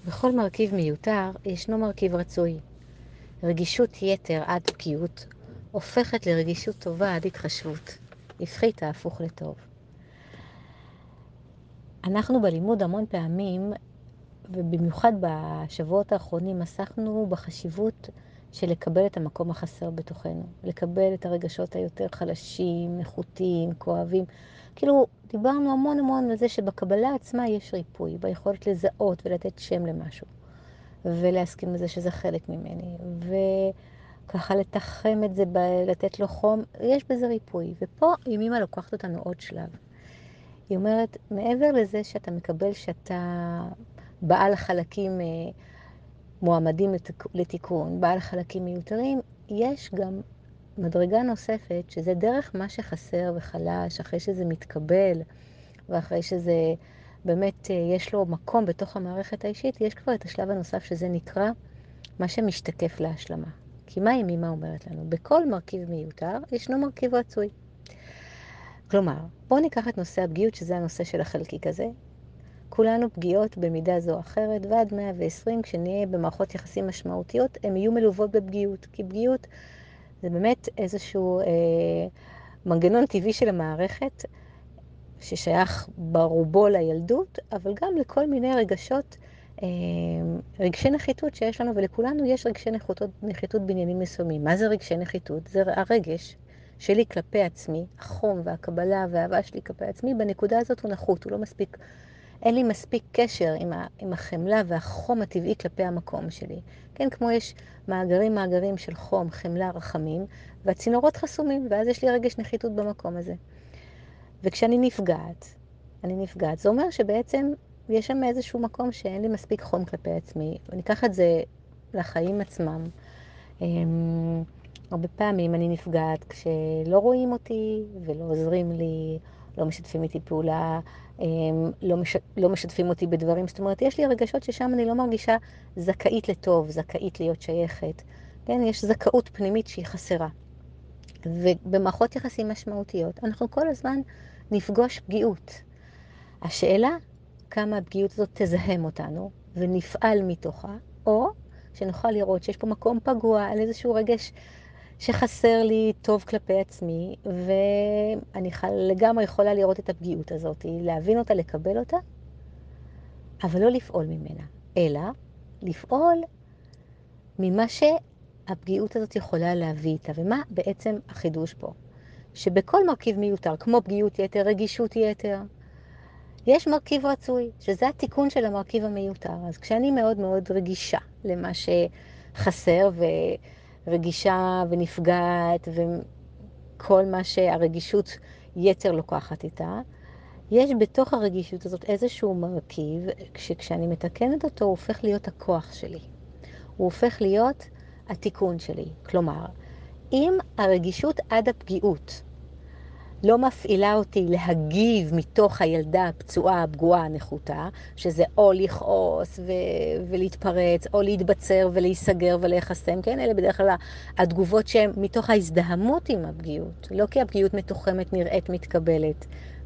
בכל מרכיב מיותר ישנו מרכיב רצוי. רגישות יתר עד פגיעות הופכת לרגישות טובה עד התחשבות. הפחית ההפוך לטוב. אנחנו בלימוד המון פעמים, ובמיוחד בשבועות האחרונים, עסקנו בחשיבות של לקבל את המקום החסר בתוכנו. לקבל את הרגשות היותר חלשים, נחותים, כואבים. כאילו, דיברנו המון המון על זה שבקבלה עצמה יש ריפוי, ביכולת לזהות ולתת שם למשהו. ולהסכים לזה שזה חלק ממני. וככה לתחם את זה, לתת לו חום, יש בזה ריפוי. ופה ימימה לוקחת אותנו עוד שלב. היא אומרת, מעבר לזה שאתה מקבל שאתה בעל חלקים מועמדים לתיקון, בעל חלקים מיותרים, יש גם מדרגה נוספת, שזה דרך מה שחסר וחלש, אחרי שזה מתקבל, ואחרי שזה באמת יש לו מקום בתוך המערכת האישית, יש כבר את השלב הנוסף שזה נקרא מה שמשתקף להשלמה. כי מה ימימה אומרת לנו? בכל מרכיב מיותר ישנו מרכיב רצוי. כלומר, בואו ניקח את נושא הפגיעות, שזה הנושא של החלקיק הזה. כולנו פגיעות במידה זו או אחרת, ועד 120, כשנהיה במערכות יחסים משמעותיות, הן יהיו מלוות בפגיעות. כי פגיעות זה באמת איזשהו מנגנון טבעי של המערכת, ששייך ברובו לילדות, אבל גם לכל מיני רגשות, רגשי נחיתות שיש לנו, ולכולנו יש רגשי נחיתות בעניינים מסוימים. מה זה רגשי נחיתות? זה הרגש שלי כלפי עצמי, החום והקבלה והאהבה שלי כלפי עצמי, בנקודה הזאת הוא נחות, הוא לא מספיק, אין לי מספיק קשר עם החמלה והחום הטבעי כלפי המקום שלי. כן, כמו יש מאגרים של חום, חמלה, רחמים, והצינורות חסומים, ואז יש לי רגש נחיתות במקום הזה. וכשאני נפגעת, זה אומר שבעצם יש שם איזשהו מקום שאין לי מספיק חום כלפי עצמי, וניקח את זה לחיים עצמם. הרבה פעמים אני נפגעת כשלא רואים אותי ולא עוזרים לי, לא משתפים איתי פעולה, לא משתפים אותי בדברים. זאת אומרת, יש לי רגשות ששם אני לא מרגישה זכאית לטוב, זכאית להיות שייכת. כן, יש זכאות פנימית שהיא חסרה. ובמערכות יחסים משמעותיות, אנחנו כל הזמן נפגוש פגיעות. השאלה, כמה הפגיעות הזאת תזהם אותנו ונפעל מתוכה, או שנוכל לראות שיש פה מקום פגוע על איזשהו רגש שחסר לי טוב כלפי עצמי, ואני לגמרי יכולה לראות את הפגיעות הזאת, להבין אותה, לקבל אותה, אבל לא לפעול ממנה, אלא לפעול ממה שהפגיעות הזאת יכולה להביא איתה. ומה בעצם החידוש פה? שבכל מרכיב מיותר, כמו פגיעות יתר, רגישות יתר, יש מרכיב רצוי, שזה התיקון של המרכיב המיותר. אז כשאני מאוד מאוד רגישה למה שחסר, ורגישה ונפגעת, וכל מה שהרגישות יתר לוקחת איתה, יש בתוך הרגישות הזאת איזשהו מרכיב, כשאני מתקנת אותו, הוא הופך להיות הכוח שלי. הוא הופך להיות התיקון שלי. כלומר, אם הרגישות עד הפגיעות לא מפעילה אותי להגיב מתוך הילדה הפצועה, הפגועה, הנחותה, שזה או לכעוס ולהתפרץ, או להתבצר ולהיסגר ולהיחסם, כן? אלה בדרך כלל התגובות שהן מתוך ההזדהמות עם הפגיעות, לא כי הפגיעות מתוחמת, נראית, מתקבלת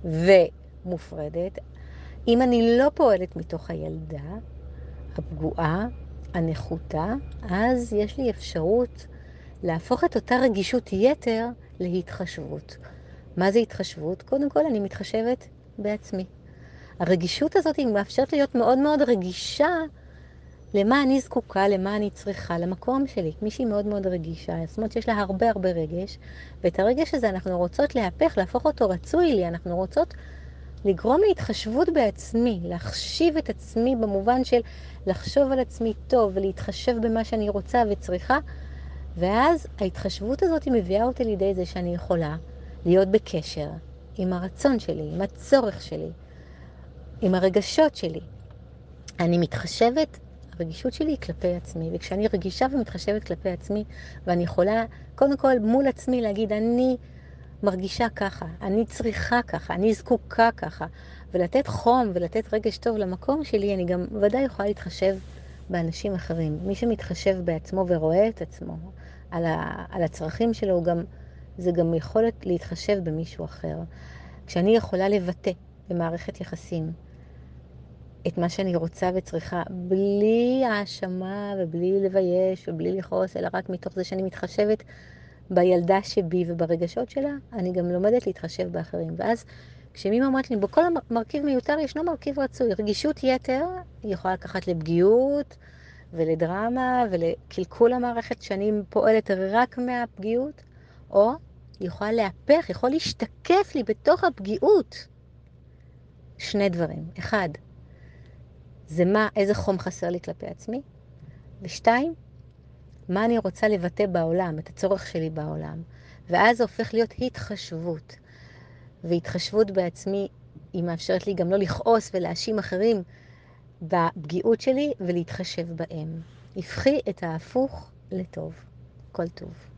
ומופרדת. אם אני לא פועלת מתוך הילדה הפגועה, הנחותה, אז יש לי אפשרות להפוך את אותה רגישות יתר להתחשבות. מה זה התחשבות? קודם כל אני מתחשבת בעצמי. הרגישות הזאת היא מאפשרת להיות מאוד מאוד רגישה למה אני זקוקה, למה אני צריכה, למקום שלי. מישהי מאוד מאוד רגישה, זאת אומרת שיש לה הרבה הרבה רגש, ואת הרגש הזה אנחנו רוצות להפוך אותו רצוי לי, אנחנו רוצות לגרום להתחשבות בעצמי, להחשיב את עצמי במובן של לחשוב על עצמי טוב ולהתחשב במה שאני רוצה וצריכה, ואז ההתחשבות הזאת היא מביאה אותי לידי זה שאני יכולה להיות בקשר עם הרצון שלי, עם הצורך שלי, עם הרגשות שלי. אני מתחשבת, הרגישות שלי היא כלפי עצמי, וכשאני רגישה ומתחשבת כלפי עצמי, ואני יכולה קודם כל מול עצמי להגיד, אני מרגישה ככה, אני צריכה ככה, אני זקוקה ככה, ולתת חום ולתת רגש טוב למקום שלי, אני גם ודאי יכולה להתחשב באנשים אחרים. מי שמתחשב בעצמו ורואה את עצמו על הצרכים שלו, זה גם יכולת להתחשב במישהו אחר. כשאני יכולה לבטא במערכת יחסים את מה שאני רוצה וצריכה, בלי האשמה ובלי לבייש ובלי לכעוס, אלא רק מתוך זה שאני מתחשבת בילדה שבי וברגשות שלה, אני גם לומדת להתחשב באחרים. ואז כשמי אומרת לי, בכל מרכיב מיותר ישנו מרכיב רצוי. רגישות יתר היא יכולה לקחת לפגיעות ולדרמה ולקלקול המערכת שאני פועלת רק מהפגיעות, או היא יכולה להפך, יכול להשתקף לי בתוך הפגיעות. שני דברים. אחד, זה איזה חום חסר לי כלפי עצמי, ושתיים, מה אני רוצה לבטא בעולם, את הצורך שלי בעולם. ואז זה הופך להיות התחשבות. והתחשבות בעצמי היא מאפשרת לי גם לא לכעוס ולהאשים אחרים בפגיעות שלי ולהתחשב בהם. הפכי את ההפוך לטוב. כל טוב.